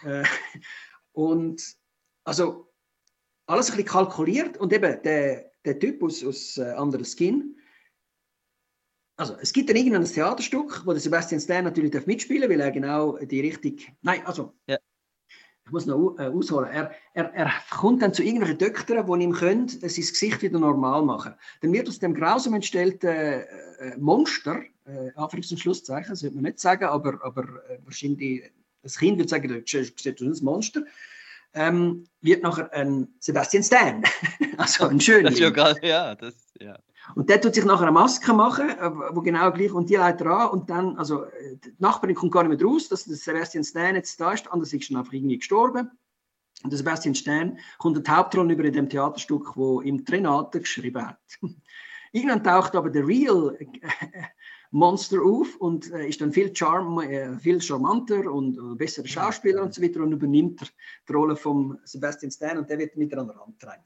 [SPEAKER 2] Und also alles ein bisschen kalkuliert und eben der Typ aus Under the Skin. Also es gibt dann irgendein Theaterstück, wo der Sebastian Stan natürlich mitspielen darf, weil er genau die Richtung... Nein, also... Ja. Ich muss noch ausholen. Er kommt dann zu irgendwelchen Doktoren, die ihm können, sein Gesicht wieder normal machen. Dann wird aus dem grausam entstellten Monster, Anführungs- und Schlusszeichen, sollte man nicht sagen, aber wahrscheinlich das Kind würde sagen, das sieht aus ein Monster, wird nachher ein Sebastian Stan. Also ein schöner.
[SPEAKER 1] Das ist ja geil, ja.
[SPEAKER 2] Und der tut sich nachher eine Maske machen, wo genau gleich, und die leitet er an, und dann, also die Nachbarin kommt gar nicht mehr raus, dass der Sebastian Stan jetzt da ist, anders ist er einfach irgendwie gestorben. Und der Sebastian Stan kommt in die Hauptrolle über in dem Theaterstück, wo ihm Renate geschrieben hat. Irgendwann taucht aber der Real Monster auf und ist dann viel charmanter und besserer Schauspieler und so weiter und übernimmt die Rolle von Sebastian Stan und der wird mit an den Rand gedrängt.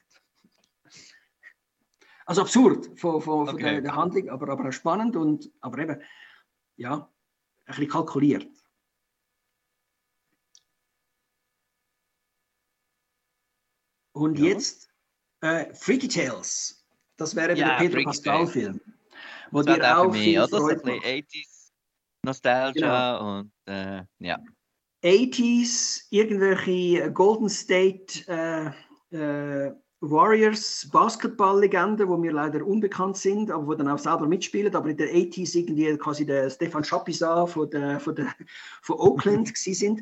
[SPEAKER 2] Also absurd von der Handlung, aber auch spannend aber eben, ja, ein bisschen kalkuliert. Und jetzt Freaky Tales. Das wäre der Pedro Pascal-Film. Wo dir auch viel Freude macht.
[SPEAKER 1] 80s Nostalgia genau. Und ja.
[SPEAKER 2] 80s, irgendwelche Golden State Warriors Basketball-Legenden, wo mir leider unbekannt sind, aber wo dann auch selber mitspielen, aber in den 80s irgendwie quasi der Stefan Chapuisat von Oakland gewesen sind.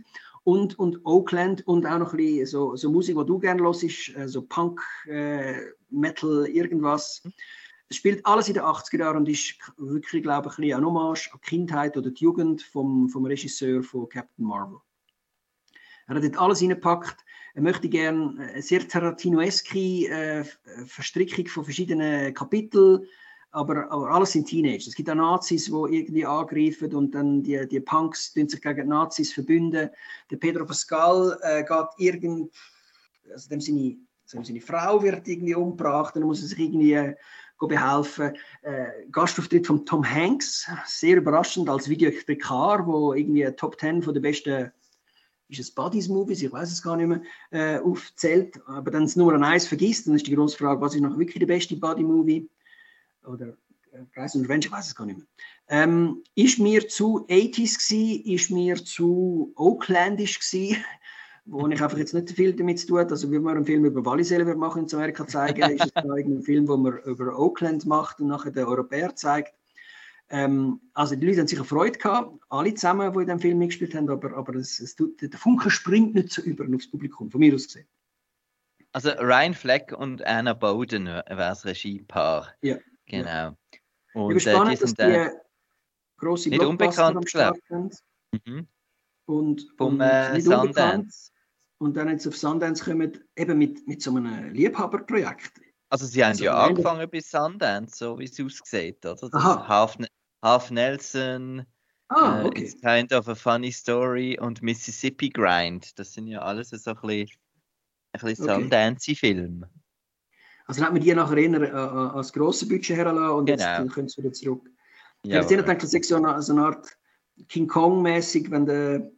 [SPEAKER 2] und Oakland und auch noch ein bisschen so Musik, die du gerne hörst, so Punk, Metal, irgendwas. Es spielt alles in den 80er Jahren und ist wirklich, glaube ich, ein bisschen eine Hommage an die Kindheit oder die Jugend vom Regisseur von Captain Marvel. Er hat dort alles reingepackt. Er möchte gerne eine sehr Tarantinoeske Verstrickung von verschiedenen Kapiteln, aber alles sind Teenager. Es gibt auch Nazis, die irgendwie angreifen und dann die Punks sich gegen die Nazis verbünden. Der Pedro Pascal geht also seine Frau wird irgendwie umgebracht, dann muss er sich irgendwie behelfen. Gastauftritt von Tom Hanks, sehr überraschend als Videothekar, wo irgendwie Top 10 von der besten ist es Buddies-Movies, ich weiß es gar nicht mehr, aufzählt, aber dann das Nummer 1 vergisst, dann ist die grosse Frage, was ist noch wirklich der beste Buddy-Movie? Oder Guys and Revenge, ich weiß es gar nicht mehr. Ist mir zu 80s gewesen, ist mir zu Oaklandisch gewesen, wo ich einfach jetzt nicht viel damit zu tun habe. Also, wie man einen Film über Wallis selber machen in Amerika zeigen, ist es da ein Film, wo man über Oakland macht und nachher den Europäer zeigt. Also die Leute haben sicher Freude gehabt, alle zusammen, die in diesem Film mitgespielt haben, aber der Funke springt nicht so über aufs Publikum, von mir aus gesehen.
[SPEAKER 1] Also Ryan Fleck und Anna Boden wäre das Regiepaar.
[SPEAKER 2] Ja.
[SPEAKER 1] Genau.
[SPEAKER 2] Ja.
[SPEAKER 1] Und
[SPEAKER 2] ich bin spannend,
[SPEAKER 1] die sind
[SPEAKER 2] dass die grosse
[SPEAKER 1] nicht
[SPEAKER 2] Blockbuster
[SPEAKER 1] unbekannt,
[SPEAKER 2] am Start haben.
[SPEAKER 1] Mhm.
[SPEAKER 2] Und
[SPEAKER 1] Vom
[SPEAKER 2] nicht
[SPEAKER 1] Sundance.
[SPEAKER 2] unbekannt. Und dann jetzt auf Sundance kommen, eben mit so einem Liebhaberprojekt.
[SPEAKER 1] Also sie haben
[SPEAKER 2] Also
[SPEAKER 1] ja
[SPEAKER 2] ähnlich.
[SPEAKER 1] angefangen bei Sundance, so wie es aussieht, oder? Das
[SPEAKER 2] Aha.
[SPEAKER 1] Half Nelson,
[SPEAKER 2] Okay.
[SPEAKER 1] It's Kind of a Funny Story und Mississippi Grind. Das sind ja alles so ein bisschen
[SPEAKER 2] Okay.
[SPEAKER 1] Sundance-Filme.
[SPEAKER 2] Also dann hat man die nachher eher als grosses Budget hergelassen und jetzt
[SPEAKER 1] Genau.
[SPEAKER 2] können sie wieder zurück. Ich
[SPEAKER 1] Ja,
[SPEAKER 2] habe jetzt gedacht, das ist so eine Art King Kong-mäßig, wenn der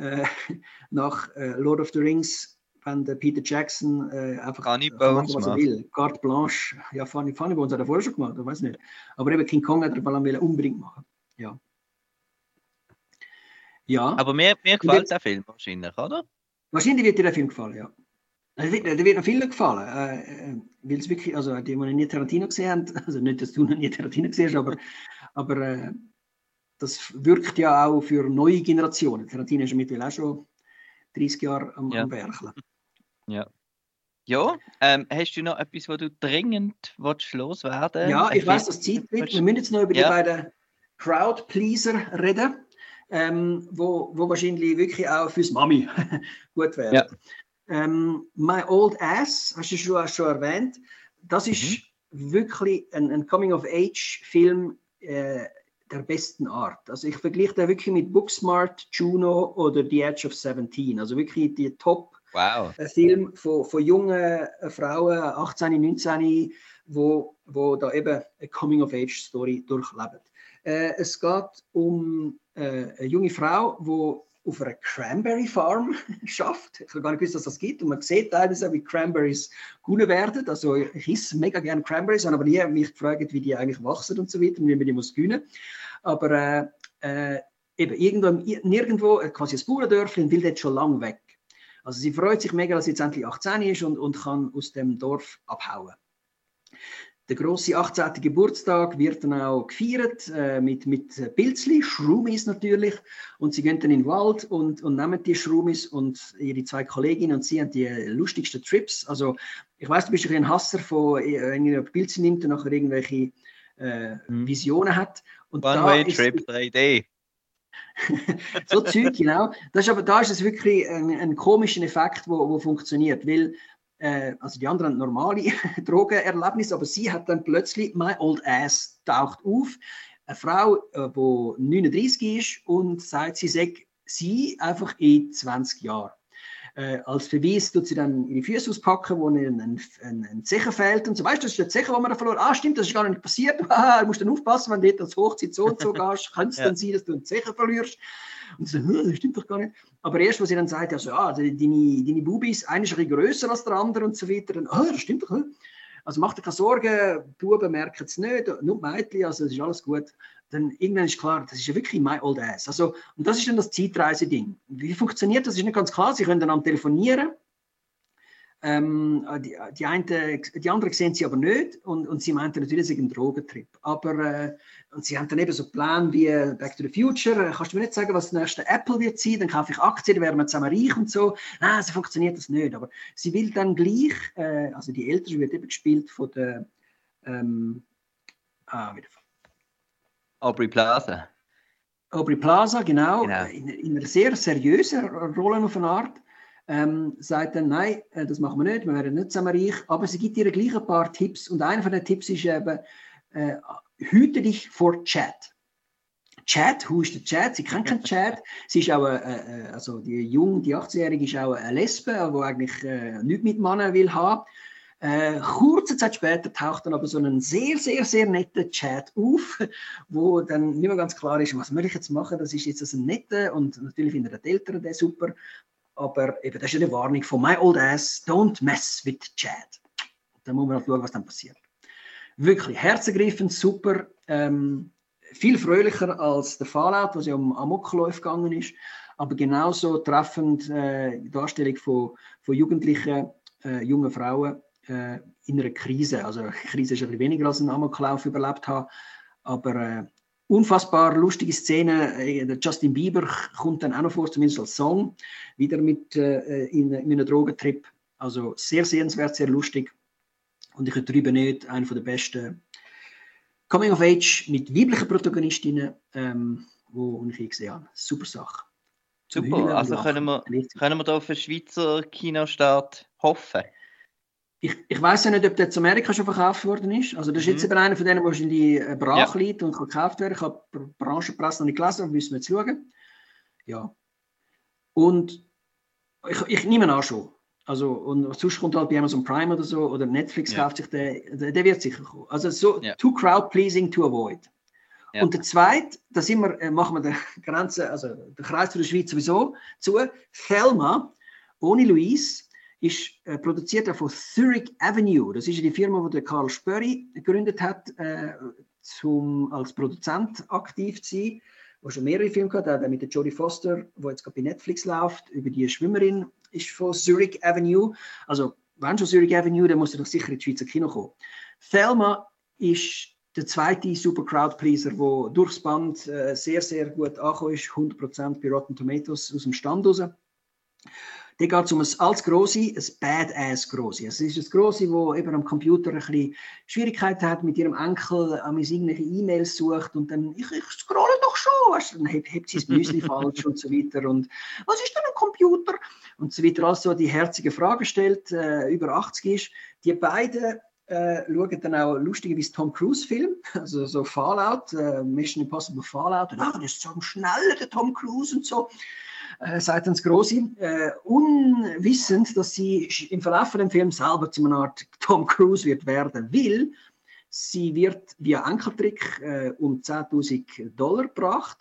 [SPEAKER 2] nach Lord of the Rings, wenn der Peter Jackson einfach
[SPEAKER 1] Funny
[SPEAKER 2] kann
[SPEAKER 1] Bones
[SPEAKER 2] machen, was er
[SPEAKER 1] macht.
[SPEAKER 2] will. Carte Blanche. Ja, Funny Bones hat er vorher schon gemacht, ich weiß nicht. Aber eben King Kong hat er unbedingt machen. Ja. Ja.
[SPEAKER 1] Aber mir gefällt der Film wahrscheinlich, oder?
[SPEAKER 2] Wahrscheinlich wird dir der Film gefallen, ja. Der wird noch vielen gefallen, weil es wirklich, also die nie Tarantino gesehen haben, also nicht, dass du noch nie Tarantino gesehen hast, aber das wirkt ja auch für neue Generationen. Tarantino ist ja mittlerweile auch schon 30 Jahre am Werkeln.
[SPEAKER 1] Ja. Ja, hast du noch etwas, was du dringend loswerden willst?
[SPEAKER 2] Ja, ich weiss, dass Zeit wird. Wir müssen jetzt noch über die beiden Crowd-Pleaser reden, wo wahrscheinlich wirklich auch fürs Mami gut wären. Ja. My Old Ass, hast du schon erwähnt, das ist wirklich ein Coming-of-Age-Film der besten Art. Also ich vergleiche den wirklich mit Booksmart, Juno oder The Edge of 17. Also wirklich die Top-Film von jungen Frauen, 18, 19, wo da eben eine Coming-of-Age-Story durchleben. Es geht um eine junge Frau, die auf einer Cranberry Farm schafft. Ich habe gar nicht gewusst, dass das gibt. Und man sieht teilweise, wie Cranberries gewonnen werden. Also ich esse mega gerne Cranberries, habe aber nie mich gefragt, wie die eigentlich wachsen und so weiter und wie man die muss gewinnen. Aber eben nirgendwo, quasi ein Bauerndörfchen, will dort schon lange weg. Also sie freut sich mega, dass sie jetzt endlich 18 ist und kann aus dem Dorf abhauen. Der grosse 18. Geburtstag wird dann auch gefeiert mit Pilzli, Schrumis natürlich. Und sie gehen dann in den Wald und nehmen die Schrumis und ihre zwei Kolleginnen und sie haben die lustigsten Trips. Also ich weiss, du bist ein Hasser von wenn Pilze nimmt und nachher irgendwelche Visionen hat. Und
[SPEAKER 1] One-Way-Trip 3D.
[SPEAKER 2] So Zeug, genau. Da ist es wirklich ein komischer Effekt, der funktioniert, weil also die anderen haben normale Drogenerlebnisse, aber sie hat dann plötzlich My Old Ass taucht auf. Eine Frau, die 39 ist und sagt, sie sei sie einfach in 20 Jahren. Als Beweis tut sie dann ihre Füße auspacken, wo ein Zecher fehlt und so. Weißt du, das ist der Zecher, den man da verloren hat. Ah, stimmt, das ist gar nicht passiert. Du musst dann aufpassen, wenn du dort als Hochzeit so und so gehst, könnte es dann sein, dass du einen Zecher verlierst. Und so, das stimmt doch gar nicht. Aber erst, wo sie dann sagt, also, deine Bubis, einer ist ein bisschen grösser als der andere und so weiter, dann, das stimmt doch nicht. Also mach dir keine Sorgen, die Buben merken es nicht, nur die Mädchen, also es ist alles gut. Dann irgendwann ist klar, das ist ja wirklich My Old Ass. Also, und das ist dann das Zeitreise-Ding. Wie funktioniert das? Ist nicht ganz klar. Sie können dann am telefonieren. Die anderen sehen sie aber nicht und sie meinten natürlich, es ist ein Drogentrip. Aber und sie haben dann eben so Pläne wie Back to the Future. Kannst du mir nicht sagen, was das nächste Apple wird sein? Dann kaufe ich Aktien, dann werden wir zusammen reich und so. Nein, so funktioniert das nicht. Aber sie will dann gleich, also die Ältere wird eben gespielt von der
[SPEAKER 1] Aubrey Plaza.
[SPEAKER 2] Aubrey Plaza, genau. In einer sehr seriösen Rolle auf eine Art. Sagt dann, nein, das machen wir nicht, wir werden nicht zusammen reich, aber sie gibt ihr gleich ein paar Tipps und einer von den Tipps ist eben, hüte dich vor Chat. Chat, who ist der Chat? Sie kennt keinen Chat. Sie ist auch, also die 18-Jährige ist auch eine Lesbe, die eigentlich nichts mit Männern will haben. Kurze Zeit später taucht dann aber so ein sehr, sehr, sehr netter Chat auf, wo dann nicht mehr ganz klar ist, was will ich jetzt machen, das ist jetzt ein netter und natürlich finden die Eltern den super. Aber eben, das ist eine Warnung von my old ass, don't mess with Chad. Da muss man schauen, was dann passiert. Wirklich herzergreifend, super. Viel fröhlicher als der Fallout, was ja um Amokläufe gegangen ist. Aber genauso treffend die Darstellung von jugendlichen, jungen Frauen in einer Krise. Also eine Krise ist ein bisschen weniger als ein Amoklauf überlebt haben. Aber unfassbar lustige Szene. Der Justin Bieber kommt dann auch noch vor, zumindest als Song, wieder mit in einem Drogentrip. Also sehr sehenswert, sehr lustig. Und ich übertreibe nicht, einer der besten Coming of Age mit weiblichen Protagonistinnen, wo ich je gesehen habe. Super Sache.
[SPEAKER 1] Super, also können wir da auf einen Schweizer Kinostart hoffen?
[SPEAKER 2] Ich weiss ja nicht, ob der zu Amerika schon verkauft worden ist. Also das ist jetzt eben einer von denen, der wahrscheinlich brach liegt und gekauft werden. Ich habe die Branchenpresse noch nicht gelesen, aber müssen wir jetzt schauen. Ja. Und ich nehme an schon. Also, und sonst kommt halt bei Amazon Prime oder so, oder Netflix kauft sich der wird sicher kommen. Also so too crowd-pleasing to avoid. Ja. Und der zweite, da machen wir die Grenze, also den Kreis zu der Schweiz sowieso zu. Thelma, ohne Louise, ist produziert von Zurich Avenue. Das ist die Firma, die Karl Spörri gegründet hat, als Produzent aktiv zu sein. Der schon mehrere Filme gehabt hat, mit der Jodie Foster, die jetzt gerade bei Netflix läuft, über die Schwimmerin, ist von Zurich Avenue. Also, wenn schon Zurich Avenue, dann muss er doch sicher ins Schweizer Kino kommen. Thelma ist der zweite Super Crowd-Pleaser, der durchs Band sehr, sehr gut angekommen ist, 100% bei Rotten Tomatoes aus dem Stand raus. Da geht es um ein altes Grossi, ein Badass-Grossi. Also es ist ein Grossi, das eben am Computer ein bisschen Schwierigkeiten hat, mit ihrem Enkel an irgendwelche E-Mails sucht und dann, ich scrolle doch schon, weißt, dann hebt sie das Müsli falsch und so weiter und was ist denn ein Computer? Und so weiter, also die herzige Fragen stellt, über 80 ist. Die beiden schauen dann auch lustigerweise Tom Cruise-Film, also so Fallout, Mission Impossible Fallout, und das ist so schnell, der Tom Cruise und so. Seitens Grossi, unwissend, dass sie im Verlauf von dem Film selber zu einer Art Tom Cruise wird werden will. Sie wird via Enkeltrick um $10.000 gebracht.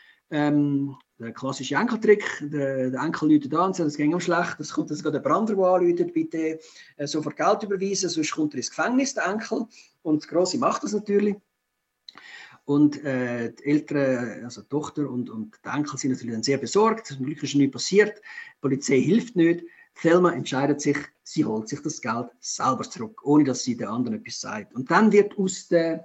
[SPEAKER 2] Der klassische Enkeltrick, der Enkel läutet an und sagt, es geht ihm schlecht, es kommt sogar der Brander, der anläutet, bitte sofort Geld überweisen, sonst kommt er ins Gefängnis, der Enkel. Und Grossi macht das natürlich. Und die Eltern, also die Tochter und der Enkel sind natürlich dann sehr besorgt. Zum Glück ist nichts passiert. Die Polizei hilft nicht. Thelma entscheidet sich, sie holt sich das Geld selber zurück, ohne dass sie den anderen etwas sagt. Und dann wird aus dem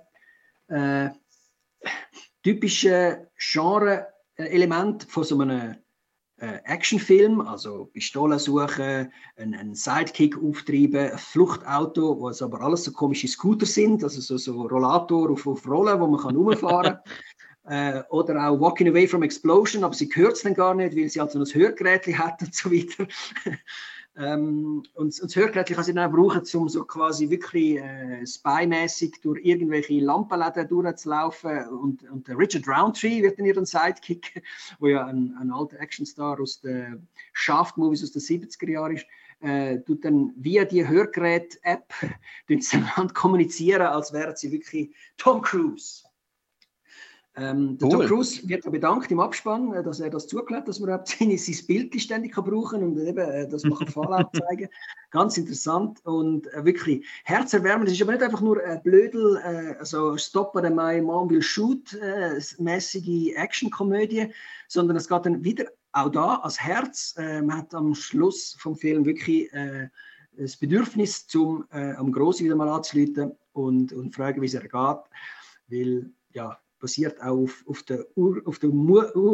[SPEAKER 2] typischen Genre-Element von so einem Actionfilm, also Pistolen suchen, einen Sidekick auftreiben, ein Fluchtauto, wo es aber alles so komische Scooter sind, also so Rollator auf Rollen, wo man rumfahren kann. Oder auch Walking Away from Explosion, aber sie hört es dann gar nicht, weil sie halt so ein Hörgerät hat und so weiter. Und das Hörgerät kann sie dann auch brauchen, um so quasi wirklich spymäßig durch irgendwelche Lampenläden durchzulaufen. Und der Richard Roundtree wird dann ihren Sidekick, wo ja ein alter Actionstar aus den Shaft-Movies aus den 70er Jahren ist, tut dann via die Hörgerät-App miteinander kommunizieren, als wären sie wirklich Tom Cruise. Der Tom Cruise wird bedankt im Abspann, dass er das zugelassen hat, dass man sein Bild ständig brauchen kann und eben das machen Fallout zeigen. Ganz interessant und wirklich herzerwärmend. Es ist aber nicht einfach nur ein Blödel, also Stop oder My Mom Will Shoot mäßige Actionkomödie, sondern es geht dann wieder auch da als Herz. Man hat am Schluss vom Film wirklich das Bedürfnis, am Grossi wieder mal anzurufen und fragen, wie es ihr geht. Weil, ja, basiert auch auf dem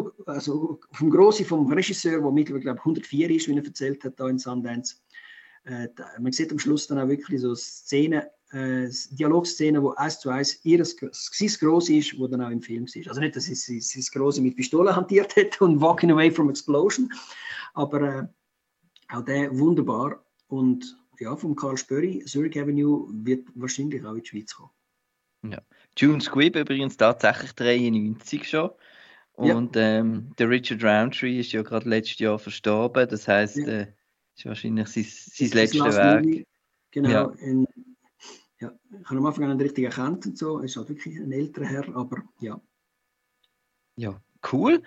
[SPEAKER 2] Grossi vom Regisseur, der mittlerweile, glaube ich, 104 ist, wie er erzählt hat, da in Sundance. Man sieht am Schluss dann auch wirklich so Szenen, Dialogszenen, wo 1:1 sein Grossi ist, wo dann auch im Film ist. Also nicht, dass sie sein Grossi mit Pistole hantiert hätte und Walking Away from Explosion, aber auch der wunderbar. Und ja, vom Karl Spöri, Zurich Avenue, wird wahrscheinlich auch in die Schweiz kommen.
[SPEAKER 1] Ja. June Squibb übrigens tatsächlich 93 schon. Und der Richard Roundtree ist ja gerade letztes Jahr verstorben. Das heisst, ist wahrscheinlich sein letzter Werk.
[SPEAKER 2] Genau. Ja. Ich habe am Anfang nicht richtig erkannt und so. Er ist halt wirklich ein älterer Herr, aber ja.
[SPEAKER 1] Ja, cool.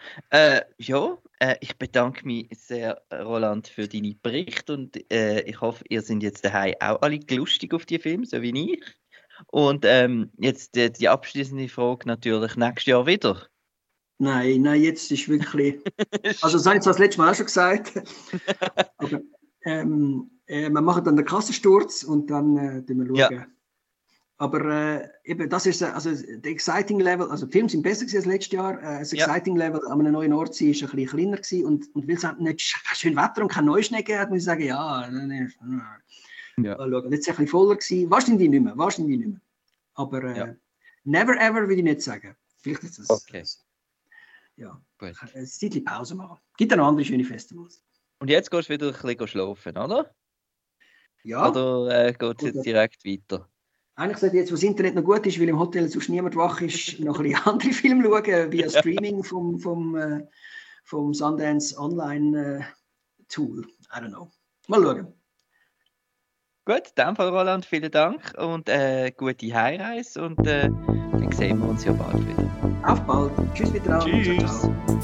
[SPEAKER 1] Ich bedanke mich sehr, Roland, für deine Berichte und ich hoffe, ihr seid jetzt daheim auch alle lustig auf die Filme, so wie ich. Und jetzt die abschließende Frage natürlich nächstes Jahr wieder.
[SPEAKER 2] Nein, jetzt ist wirklich. Also, das habe ich zwar das letzte Mal auch schon gesagt. Aber wir machen dann den Kassensturz und dann schauen wir. Ja. Aber eben, das ist also der Exciting Level. Also, die Filme sind besser gewesen als letztes Jahr. Das Exciting Level an einem neuen Ort war ein bisschen kleiner gewesen. Und weil es halt nicht schön Wetter und kein Neuschnee gab, muss ich sagen, ja. Mal schauen. Jetzt ist es ein bisschen voller gewesen. Wahrscheinlich nicht mehr. Aber never ever würde ich nicht sagen. Vielleicht ist das.
[SPEAKER 1] Okay.
[SPEAKER 2] Ja, ein Zeitchen Pause machen. Gibt ja noch andere schöne Festivals.
[SPEAKER 1] Und jetzt gehst du wieder ein bisschen schlafen, oder?
[SPEAKER 2] Ja.
[SPEAKER 1] Oder geht es jetzt direkt weiter?
[SPEAKER 2] Eigentlich sollte jetzt, wo das Internet noch gut ist, weil im Hotel sonst niemand wach ist, noch ein bisschen andere Filme schauen, via Streaming vom Sundance Online Tool. I don't know. Mal schauen.
[SPEAKER 1] Gut, in dem Fall, Roland, vielen Dank und gute Heimreise und dann sehen wir uns ja bald wieder.
[SPEAKER 2] Auf bald. Tschüss miteinander.
[SPEAKER 1] Tschüss.
[SPEAKER 2] Ciao, ciao.